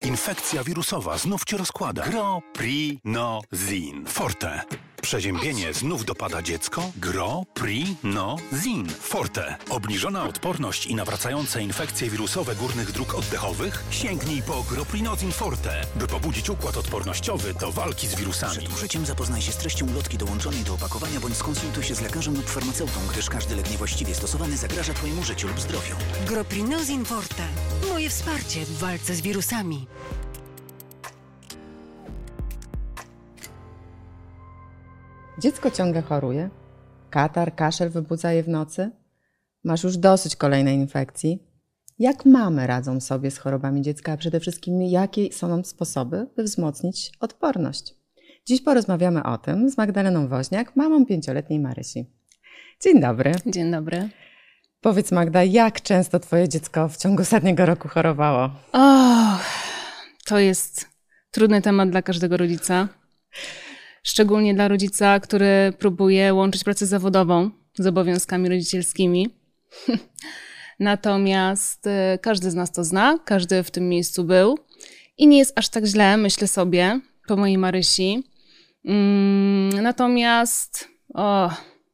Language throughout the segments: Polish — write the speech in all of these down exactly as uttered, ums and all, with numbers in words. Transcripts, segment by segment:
Infekcja wirusowa znów cię rozkłada. Gro-pri-no-zin. Forte. Przeziębienie znów dopada dziecko? Gro-pri-no-zin. Forte. Obniżona odporność i nawracające infekcje wirusowe górnych dróg oddechowych? Sięgnij po Gro-pri-no-zin Forte, by pobudzić układ odpornościowy do walki z wirusami. Przed użyciem zapoznaj się z treścią ulotki dołączonej do opakowania bądź skonsultuj się z lekarzem lub farmaceutą, gdyż każdy lek niewłaściwie stosowany zagraża twojemu życiu lub zdrowiu. Gro-pri-no-zin Forte. Moje wsparcie w walce z wirusami. Dziecko ciągle choruje. Katar, kaszel wybudza je w nocy. Masz już dosyć kolejnej infekcji. Jak mamy radzą sobie z chorobami dziecka, a przede wszystkim jakie są sposoby, by wzmocnić odporność? Dziś porozmawiamy o tym z Magdaleną Woźniak, mamą pięcioletniej Marysi. Dzień dobry. Dzień dobry. Powiedz, Magda, jak często twoje dziecko w ciągu ostatniego roku chorowało? O, to jest trudny temat dla każdego rodzica. Szczególnie dla rodzica, który próbuje łączyć pracę zawodową z obowiązkami rodzicielskimi. Natomiast każdy z nas to zna, każdy w tym miejscu był i nie jest aż tak źle, myślę sobie, po mojej Marysi. Natomiast o,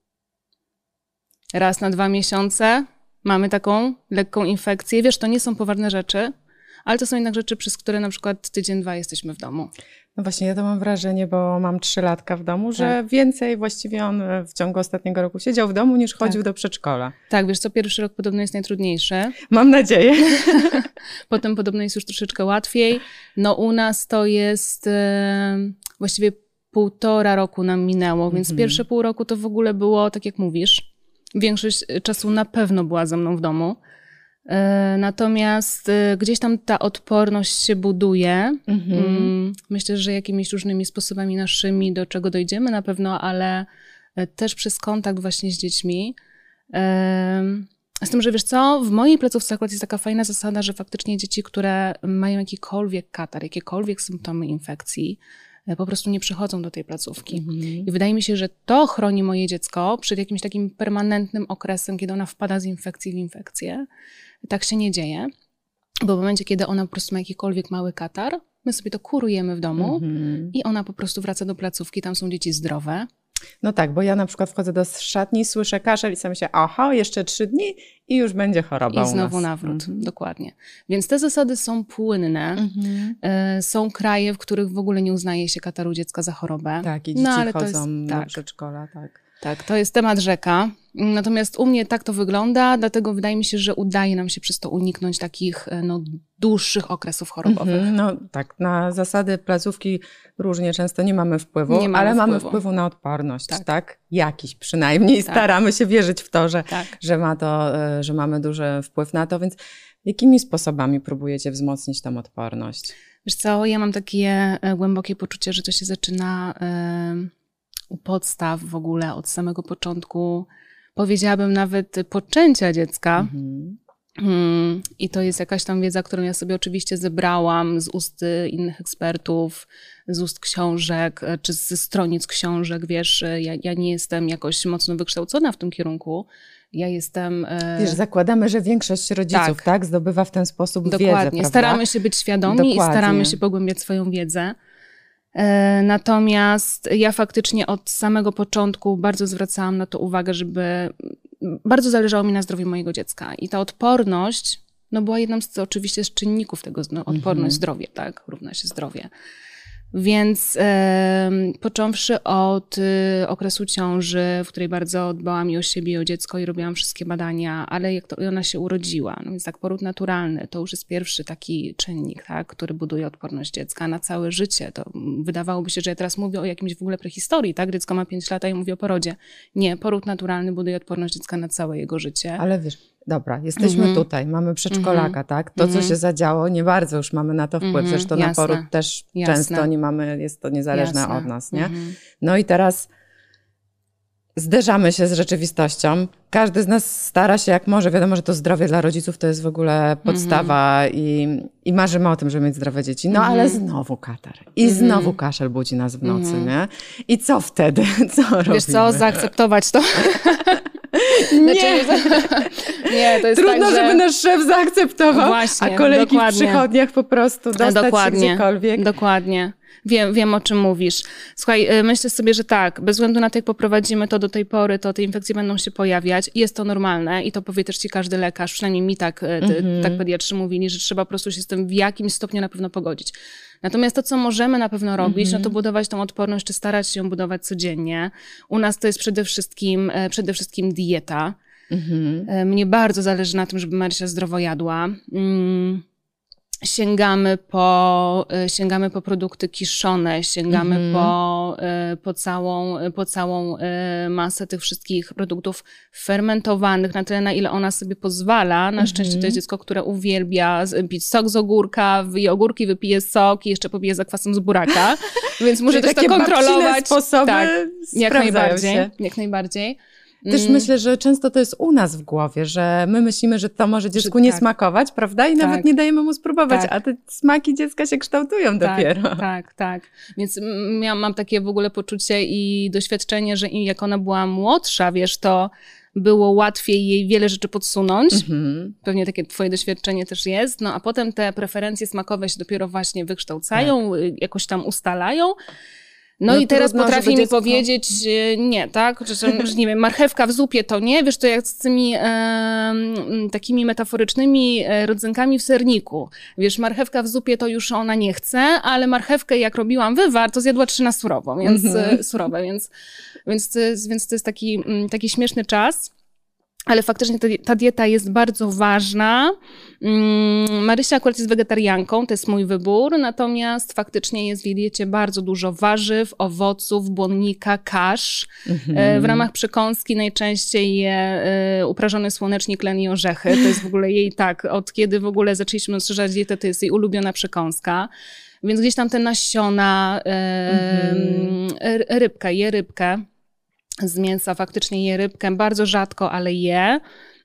raz na dwa miesiące mamy taką lekką infekcję. Wiesz, to nie są poważne rzeczy, ale to są jednak rzeczy, przez które na przykład tydzień, dwa jesteśmy w domu. No właśnie, ja to mam wrażenie, bo mam trzylatka w domu, że tak. Więcej właściwie on w ciągu ostatniego roku siedział w domu niż chodził tak. do przedszkola. Tak, wiesz co, pierwszy rok podobno jest najtrudniejszy. Mam nadzieję. Potem podobno jest już troszeczkę łatwiej. No u nas to jest e, właściwie półtora roku nam minęło, więc mm-hmm. pierwsze pół roku to w ogóle było, tak jak mówisz, większość czasu na pewno była ze mną w domu. Natomiast gdzieś tam ta odporność się buduje. Mhm. Myślę, że jakimiś różnymi sposobami naszymi, do czego dojdziemy na pewno, ale też przez kontakt właśnie z dziećmi. Z tym, że wiesz co, w mojej placówce akurat jest taka fajna zasada, że faktycznie dzieci, które mają jakikolwiek katar, jakiekolwiek symptomy infekcji, po prostu nie przychodzą do tej placówki. Mhm. I wydaje mi się, że to chroni moje dziecko przed jakimś takim permanentnym okresem, kiedy ona wpada z infekcji w infekcję. Tak się nie dzieje, bo w momencie, kiedy ona po prostu ma jakikolwiek mały katar, my sobie to kurujemy w domu mm-hmm. i ona po prostu wraca do placówki, tam są dzieci zdrowe. No tak, bo ja na przykład wchodzę do szatni, słyszę kaszel i sam się, aha, jeszcze trzy dni i już będzie choroba I znowu nawrót, mm-hmm. dokładnie. Więc te zasady są płynne. Mm-hmm. Y, są kraje, w których w ogóle nie uznaje się kataru dziecka za chorobę. Tak, i dzieci no, ale chodzą jest, do tak. przedszkola, tak. Tak, to jest temat rzeka. Natomiast u mnie tak to wygląda, dlatego wydaje mi się, że udaje nam się przez to uniknąć takich no, dłuższych okresów chorobowych. Mm-hmm, no tak, na zasady placówki różnie często nie mamy wpływu, nie mamy ale wpływu. mamy wpływu na odporność, tak? tak? Jakiś przynajmniej. Tak. Staramy się wierzyć w to, że, tak. że, ma to, że mamy duży wpływ na to, więc jakimi sposobami próbujecie wzmocnić tą odporność? Wiesz co, ja mam takie głębokie poczucie, że to się zaczyna y, u podstaw w ogóle, od samego początku, powiedziałabym nawet poczęcia dziecka. Mhm. Mm, I to jest jakaś tam wiedza, którą ja sobie oczywiście zebrałam z ust innych ekspertów, z ust książek, czy ze stronic książek, wiesz, ja, ja nie jestem jakoś mocno wykształcona w tym kierunku. Ja jestem... Wiesz, zakładamy, że większość rodziców tak, tak zdobywa w ten sposób Dokładnie. wiedzę, prawda? Staramy się być świadomi Dokładnie. i staramy się pogłębiać swoją wiedzę. Natomiast ja faktycznie od samego początku bardzo zwracałam na to uwagę, żeby... Bardzo zależało mi na zdrowiu mojego dziecka i ta odporność no była jedną z oczywiście z czynników tego, no, odporność, mm-hmm. zdrowie, tak, równa się zdrowie. Więc e, począwszy od e, okresu ciąży, w której bardzo dbałam i o siebie, i o dziecko i robiłam wszystkie badania, ale jak to, ona się urodziła, no więc tak poród naturalny to już jest pierwszy taki czynnik, tak, który buduje odporność dziecka na całe życie. To wydawałoby się, że ja teraz mówię o jakimś w ogóle prehistorii, tak, dziecko ma pięć lat i mówię o porodzie. Nie, poród naturalny buduje odporność dziecka na całe jego życie. Ale wiesz, dobra, jesteśmy mm-hmm. tutaj, mamy przedszkolaka, mm-hmm. tak? To, co mm-hmm. się zadziało, nie bardzo już mamy na to wpływ. Mm-hmm. Zresztą Jasne. na poród też Jasne. często nie mamy, jest to niezależne Jasne. od nas, nie? Mm-hmm. No i teraz zderzamy się z rzeczywistością. Każdy z nas stara się jak może. Wiadomo, że to zdrowie dla rodziców to jest w ogóle podstawa mm-hmm. i, i marzymy o tym, żeby mieć zdrowe dzieci. No mm-hmm. ale znowu katar. I mm-hmm. znowu kaszel budzi nas w nocy, mm-hmm. nie? I co wtedy? Co robimy? Wiesz co, zaakceptować to. Nie, znaczy, nie to jest trudno, tak, że... żeby nasz szef zaakceptował, Właśnie, a kolejki dokładnie. w przychodniach po prostu dostać dokładnie, się gdziekolwiek. Dokładnie. Wiem, wiem, o czym mówisz. Słuchaj, myślę sobie, że tak, bez względu na to, jak poprowadzimy to do tej pory, to te infekcje będą się pojawiać. Jest to normalne i to powie też ci każdy lekarz, przynajmniej mi tak, mm-hmm. tak pediatrzy mówili, że trzeba po prostu się z tym w jakimś stopniu na pewno pogodzić. Natomiast to, co możemy na pewno robić, mm-hmm. no to budować tą odporność, czy starać się ją budować codziennie. U nas to jest przede wszystkim, przede wszystkim dieta. Mm-hmm. Mnie bardzo zależy na tym, żeby Marysia zdrowo jadła. Mm. Sięgamy po, sięgamy po produkty kiszone, sięgamy mm-hmm. po, po, całą, po całą masę tych wszystkich produktów fermentowanych na tyle, na ile ona sobie pozwala. Na mm-hmm. szczęście to jest dziecko, które uwielbia pić sok z ogórka, wyje ogórki, wypije sok i jeszcze popije zakwasem z buraka. Więc muszę też to kontrolować. Sposoby tak, jak najbardziej, się. jak najbardziej. Też mm. myślę, że często to jest u nas w głowie, że my myślimy, że to może dziecku nie tak. smakować, prawda? I tak. nawet nie dajemy mu spróbować, tak. a te smaki dziecka się kształtują tak, dopiero. Tak, tak. Więc ja mam takie w ogóle poczucie i doświadczenie, że jak ona była młodsza, wiesz, to było łatwiej jej wiele rzeczy podsunąć. Mm-hmm. Pewnie takie twoje doświadczenie też jest. No a potem te preferencje smakowe się dopiero właśnie wykształcają, tak. jakoś tam ustalają. No, no i teraz trudno, potrafi mi dziecko... powiedzieć nie, tak? Że, że, że nie wiem, marchewka w zupie to nie, wiesz, to jak z tymi e, takimi metaforycznymi rodzynkami w serniku. Wiesz, marchewka w zupie to już ona nie chce, ale marchewkę jak robiłam wywar, to zjadła trzy na surowo, więc mm-hmm. surowe, więc, więc, to jest, więc to jest taki, taki śmieszny czas. Ale faktycznie ta dieta jest bardzo ważna. Marysia akurat jest wegetarianką, to jest mój wybór, natomiast faktycznie jest w jej diecie bardzo dużo warzyw, owoców, błonnika, kasz. Mm-hmm. W ramach przekąski najczęściej je uprażony słonecznik, len i orzechy. To jest w ogóle jej tak, od kiedy w ogóle zaczęliśmy rozszerzać dietę, to jest jej ulubiona przekąska. Więc gdzieś tam te nasiona, mm-hmm. rybkę, je rybkę. Z mięsa faktycznie je rybkę, bardzo rzadko, ale je.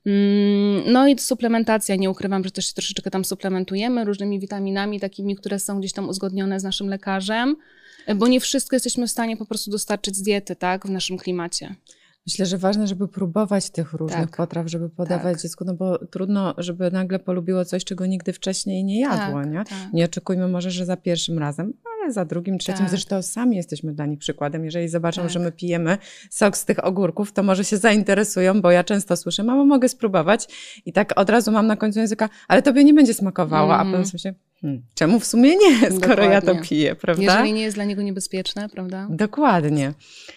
No i suplementacja, nie ukrywam, że też się troszeczkę tam suplementujemy różnymi witaminami, takimi, które są gdzieś tam uzgodnione z naszym lekarzem, bo nie wszystko jesteśmy w stanie po prostu dostarczyć z diety, tak, w naszym klimacie. Myślę, że ważne, żeby próbować tych różnych tak. potraw, żeby podawać tak. dziecku, no bo trudno, żeby nagle polubiło coś, czego nigdy wcześniej nie jadło, tak, nie? Tak. Nie oczekujmy może, że za pierwszym razem, ale za drugim, trzecim, tak. zresztą sami jesteśmy dla nich przykładem. Jeżeli zobaczą, tak. że my pijemy sok z tych ogórków, to może się zainteresują, bo ja często słyszę, mamo, mogę spróbować? I tak od razu mam na końcu języka, ale tobie nie będzie smakowało, mm. a potem myślę, hmm, czemu w sumie nie, skoro Dokładnie. ja to piję, prawda? Jeżeli nie jest dla niego niebezpieczne, prawda? Dokładnie.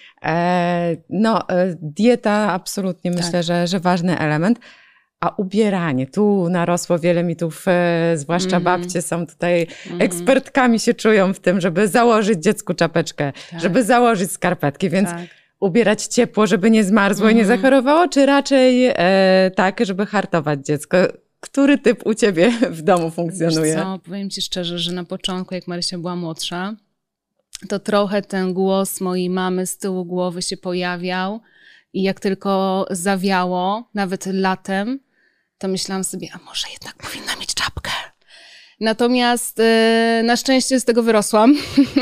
No, dieta absolutnie tak. myślę, że, że ważny element, a ubieranie, tu narosło wiele mitów, zwłaszcza mm. babcie są tutaj mm. ekspertkami się czują w tym, żeby założyć dziecku czapeczkę, tak. żeby założyć skarpetki, więc tak. ubierać ciepło, żeby nie zmarzło mm. i nie zachorowało, czy raczej e, tak, żeby hartować dziecko? Który typ u ciebie w domu funkcjonuje? Wiesz co, powiem ci szczerze, że na początku, jak Marysia była młodsza, to trochę ten głos mojej mamy z tyłu głowy się pojawiał i jak tylko zawiało, nawet latem, to myślałam sobie, a może jednak powinna mieć czapkę. Natomiast yy, na szczęście z tego wyrosłam.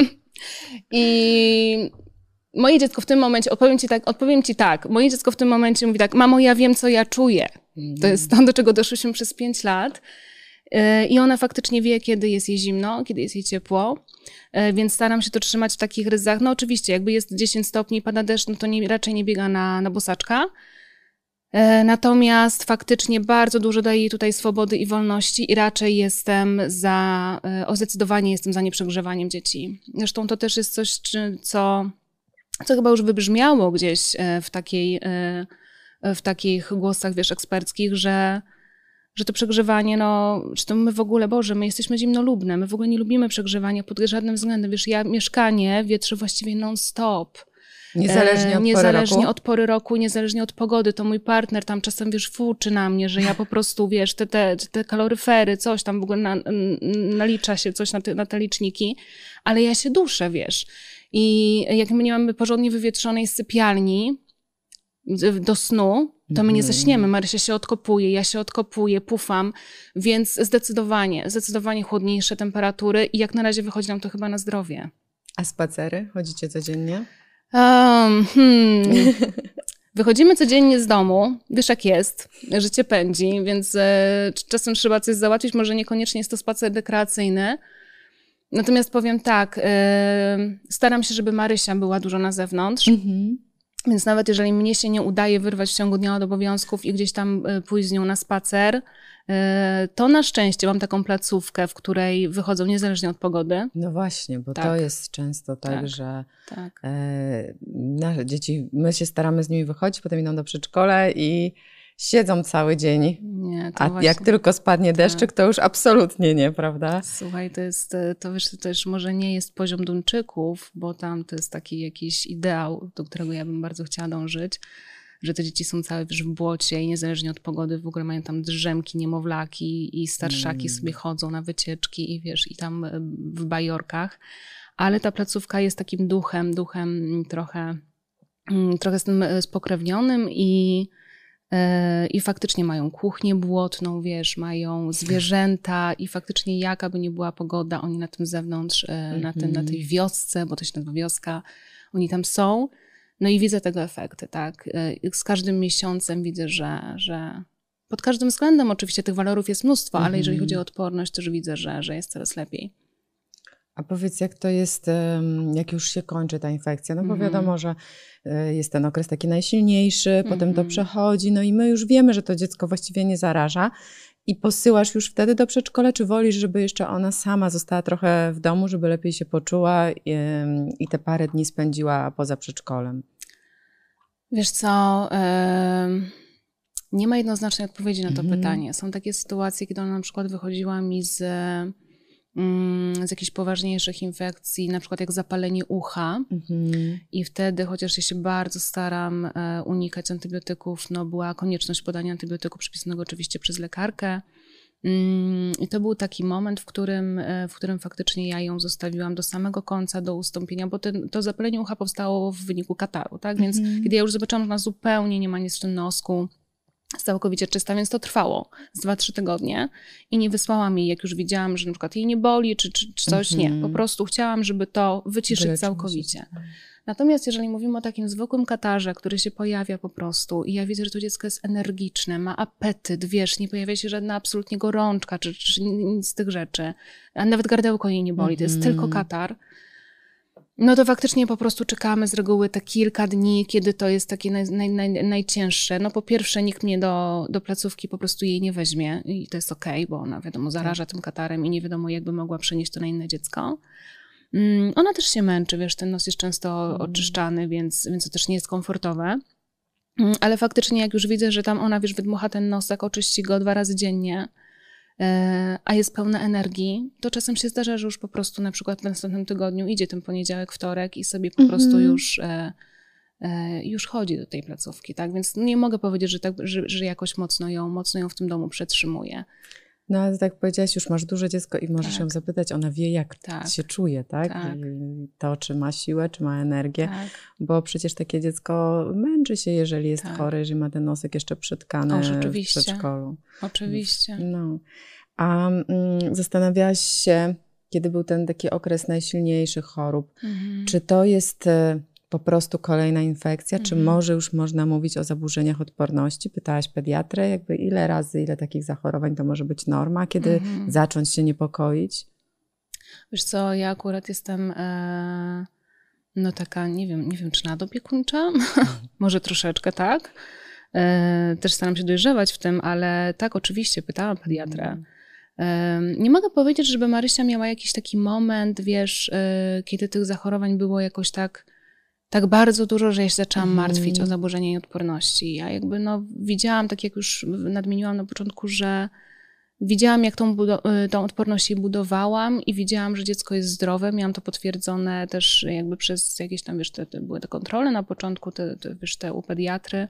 I moje dziecko w tym momencie, odpowiem ci, tak, odpowiem ci tak, moje dziecko w tym momencie mówi tak, mamo, ja wiem, co ja czuję. Mm. To jest to, do czego doszłyśmy przez pięć lat. Yy, I ona faktycznie wie, kiedy jest jej zimno, kiedy jest jej ciepło. Więc staram się to trzymać w takich ryzach. No oczywiście, jakby jest dziesięć stopni i pada deszcz, no to nie, raczej nie biega na, na bosaczka. Natomiast faktycznie bardzo dużo daje jej tutaj swobody i wolności i raczej jestem za, o zdecydowanie jestem za nieprzegrzewaniem dzieci. Zresztą to też jest coś, co, co chyba już wybrzmiało gdzieś w takiej, w takich głosach, wiesz, eksperckich, że że to przegrzewanie, no, czy to my w ogóle, Boże, my jesteśmy zimnolubne, my w ogóle nie lubimy przegrzewania pod żadnym względem. Wiesz, ja mieszkanie wietrzę właściwie non-stop. Niezależnie od niezależnie pory roku? od pory roku, niezależnie od pogody. To mój partner tam czasem, wiesz, fuczy na mnie, że ja po prostu, wiesz, te, te, te kaloryfery, coś tam w ogóle na, nalicza się coś na te, na te liczniki, ale ja się duszę, wiesz. I jak my nie mamy porządnie wywietrzonej sypialni do snu, to my nie zaśniemy. Marysia się odkopuje, ja się odkopuję, pufam, więc zdecydowanie, zdecydowanie chłodniejsze temperatury i jak na razie wychodzi nam to chyba na zdrowie. A spacery? Chodzicie codziennie? Um, hmm. wychodzimy codziennie z domu, wiesz jak jest, życie pędzi, więc e, czasem trzeba coś załatwić, może niekoniecznie jest to spacer rekreacyjny. Natomiast powiem tak, e, staram się, żeby Marysia była dużo na zewnątrz, mm-hmm. więc nawet jeżeli mnie się nie udaje wyrwać w ciągu dnia od obowiązków i gdzieś tam e, pójść z nią na spacer, to na szczęście mam taką placówkę, w której wychodzą niezależnie od pogody. No właśnie, bo tak. to jest często tak, tak że tak. E, nasze dzieci, my się staramy z nimi wychodzić, potem idą do przedszkola i siedzą cały dzień. Nie, to A właśnie, jak tylko spadnie deszczyk, tak. to już absolutnie nie, prawda? Słuchaj, to jest, to wiesz, to też może nie jest poziom Duńczyków, bo tam to jest taki jakiś ideał, do którego ja bym bardzo chciała dążyć, że te dzieci są całe wiesz, w błocie i niezależnie od pogody w ogóle mają tam drzemki, niemowlaki i starszaki mm. sobie chodzą na wycieczki i wiesz, i tam w bajorkach. Ale ta placówka jest takim duchem, duchem trochę, trochę z tym spokrewnionym i, i faktycznie mają kuchnię błotną, wiesz, mają zwierzęta i faktycznie jaka by nie była pogoda, oni na tym zewnątrz, mm-hmm. na, tym, na tej wiosce, bo to się nazywa wioska, oni tam są. No i widzę tego efekty, tak. Z każdym miesiącem widzę, że, że pod każdym względem oczywiście tych walorów jest mnóstwo, ale jeżeli chodzi o odporność, też widzę, że, że jest coraz lepiej. A powiedz, jak to jest, jak już się kończy ta infekcja? No bo wiadomo, że jest ten okres taki najsilniejszy, potem to przechodzi, no i my już wiemy, że to dziecko właściwie nie zaraża. I posyłasz już wtedy do przedszkola, czy wolisz, żeby jeszcze ona sama została trochę w domu, żeby lepiej się poczuła i, i te parę dni spędziła poza przedszkolem? Wiesz co, yy, nie ma jednoznacznej odpowiedzi na to mhm. pytanie. Są takie sytuacje, kiedy ona na przykład wychodziła mi z, yy, z jakichś poważniejszych infekcji, na przykład jak zapalenie ucha mhm. i wtedy, chociaż ja się bardzo staram yy, unikać antybiotyków, no była konieczność podania antybiotyku przepisanego oczywiście przez lekarkę. I to był taki moment, w którym, w którym faktycznie ja ją zostawiłam do samego końca, do ustąpienia, bo ten, to zapalenie ucha powstało w wyniku kataru, tak? Więc mm. kiedy ja już zobaczyłam, że ona zupełnie nie ma nic w tym nosku, jest całkowicie czysta, więc to trwało z dwa trzy tygodnie i nie wysłałam jej, jak już widziałam, że na przykład jej nie boli, czy, czy, czy coś, mm-hmm. nie. Po prostu chciałam, żeby to wyciszyć Wyleczyć całkowicie. Się. Natomiast jeżeli mówimy o takim zwykłym katarze, który się pojawia po prostu i ja widzę, że to dziecko jest energiczne, ma apetyt, wiesz, nie pojawia się żadna absolutnie gorączka, czy, czy nic z tych rzeczy, a nawet gardełko jej nie boli, mm-hmm. to jest tylko katar, no to faktycznie po prostu czekamy z reguły te kilka dni, kiedy to jest takie naj, naj, naj, najcięższe. No po pierwsze nikt mnie do, do placówki po prostu jej nie weźmie i to jest okej, bo ona wiadomo zaraża tym katarem i nie wiadomo jakby mogła przenieść to na inne dziecko. Um, ona też się męczy, wiesz, ten nos jest często mm. oczyszczany, więc, więc to też nie jest komfortowe. Um, ale faktycznie jak już widzę, że tam ona, wiesz, wydmucha ten nosek, oczyści go dwa razy dziennie, a jest pełna energii, to czasem się zdarza, że już po prostu na przykład w następnym tygodniu idzie ten poniedziałek, wtorek i sobie po mm-hmm. prostu już, e, e, już chodzi do tej placówki, tak? Więc nie mogę powiedzieć, że, tak, że, że jakoś mocno ją, mocno ją w tym domu przetrzymuje. No ale tak powiedziałaś, już masz duże dziecko i możesz tak. ją zapytać, ona wie jak tak. się czuje, tak? tak. To, czy ma siłę, czy ma energię, tak. bo przecież takie dziecko męczy się, jeżeli jest tak. chore, jeżeli ma ten nosek jeszcze przytkany o, w przedszkolu. Oczywiście. No. A mm, zastanawiałaś się, kiedy był ten taki okres najsilniejszych chorób, mhm. czy to jest po prostu kolejna infekcja, mhm. czy może już można mówić o zaburzeniach odporności? Pytałaś pediatrę, jakby ile razy, ile takich zachorowań to może być norma, kiedy mhm. zacząć się niepokoić? Wiesz co, ja akurat jestem e, no taka, nie wiem, nie wiem czy nadopiekuńcza, może troszeczkę tak. E, też staram się dojrzewać w tym, ale tak, oczywiście pytałam pediatrę. Mhm. Nie mogę powiedzieć, żeby Marysia miała jakiś taki moment, wiesz, kiedy tych zachorowań było jakoś tak, tak bardzo dużo, że ja się zaczęłam mm. martwić o zaburzenia jej odporności. Ja jakby no widziałam, tak jak już nadmieniłam na początku, że widziałam, jak tą, tą odporność jej budowałam i widziałam, że dziecko jest zdrowe. Miałam to potwierdzone też jakby przez jakieś tam, wiesz, te, te były te kontrole na początku, te, te, wiesz, te u pediatry.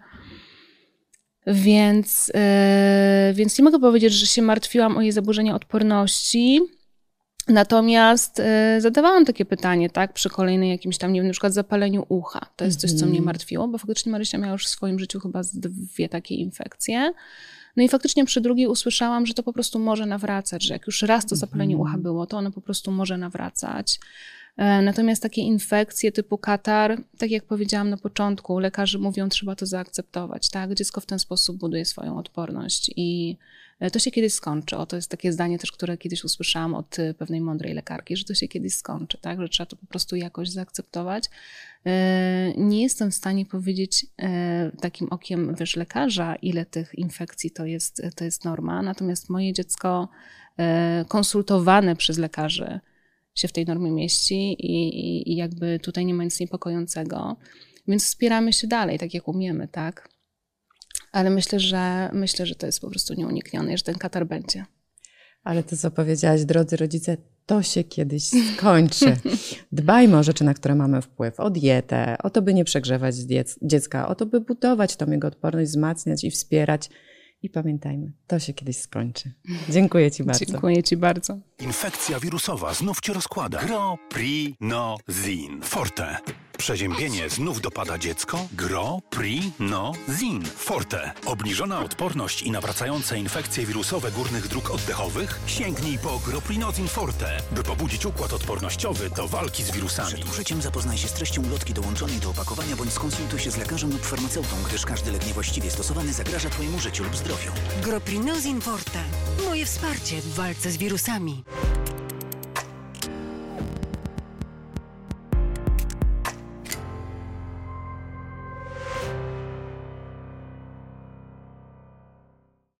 Więc, yy, więc nie mogę powiedzieć, że się martwiłam o jej zaburzenia odporności, natomiast yy, zadawałam takie pytanie, tak, przy kolejnej jakimś tam, nie wiem, na przykład zapaleniu ucha. To jest coś, co mnie martwiło, bo faktycznie Marysia miała już w swoim życiu chyba dwie takie infekcje. No i faktycznie przy drugiej usłyszałam, że to po prostu może nawracać, że jak już raz to zapalenie ucha było, to ono po prostu może nawracać. Natomiast takie infekcje typu katar, tak jak powiedziałam na początku, lekarze mówią, trzeba to zaakceptować, tak? Dziecko w ten sposób buduje swoją odporność i to się kiedyś skończy. O, to jest takie zdanie też, które kiedyś usłyszałam od pewnej mądrej lekarki, że to się kiedyś skończy, tak? Że trzeba to po prostu jakoś zaakceptować. Nie jestem w stanie powiedzieć takim okiem, wiesz, lekarza, ile tych infekcji to jest, to jest norma, natomiast moje dziecko konsultowane przez lekarzy się w tej normie mieści i, i, i jakby tutaj nie ma nic niepokojącego. Więc wspieramy się dalej, tak jak umiemy, tak? Ale myślę, że myślę, że to jest po prostu nieuniknione, że ten katar będzie. Ale to, co powiedziałaś, drodzy rodzice, to się kiedyś skończy. Dbajmy o rzeczy, na które mamy wpływ. O dietę, o to, by nie przegrzewać dziec- dziecka, o to, by budować tą jego odporność, wzmacniać i wspierać. I pamiętajmy, to się kiedyś skończy. Dziękuję Ci bardzo. Dziękuję Ci bardzo. Infekcja wirusowa znów Cię rozkłada. Gro-pri-no-zin Forte. Przeziębienie znów dopada dziecko? Gro-pri-no-zin Forte. Obniżona odporność i nawracające infekcje wirusowe górnych dróg oddechowych? Sięgnij po Gro-pri-no-zin Forte, by pobudzić układ odpornościowy do walki z wirusami. Przed użyciem zapoznaj się z treścią ulotki dołączonej do opakowania bądź skonsultuj się z lekarzem lub farmaceutą, gdyż każdy lek niewłaściwie stosowany zagraża Twojemu życiu lub zdrowiu. Groprinozin Forte. Moje wsparcie w walce z wirusami.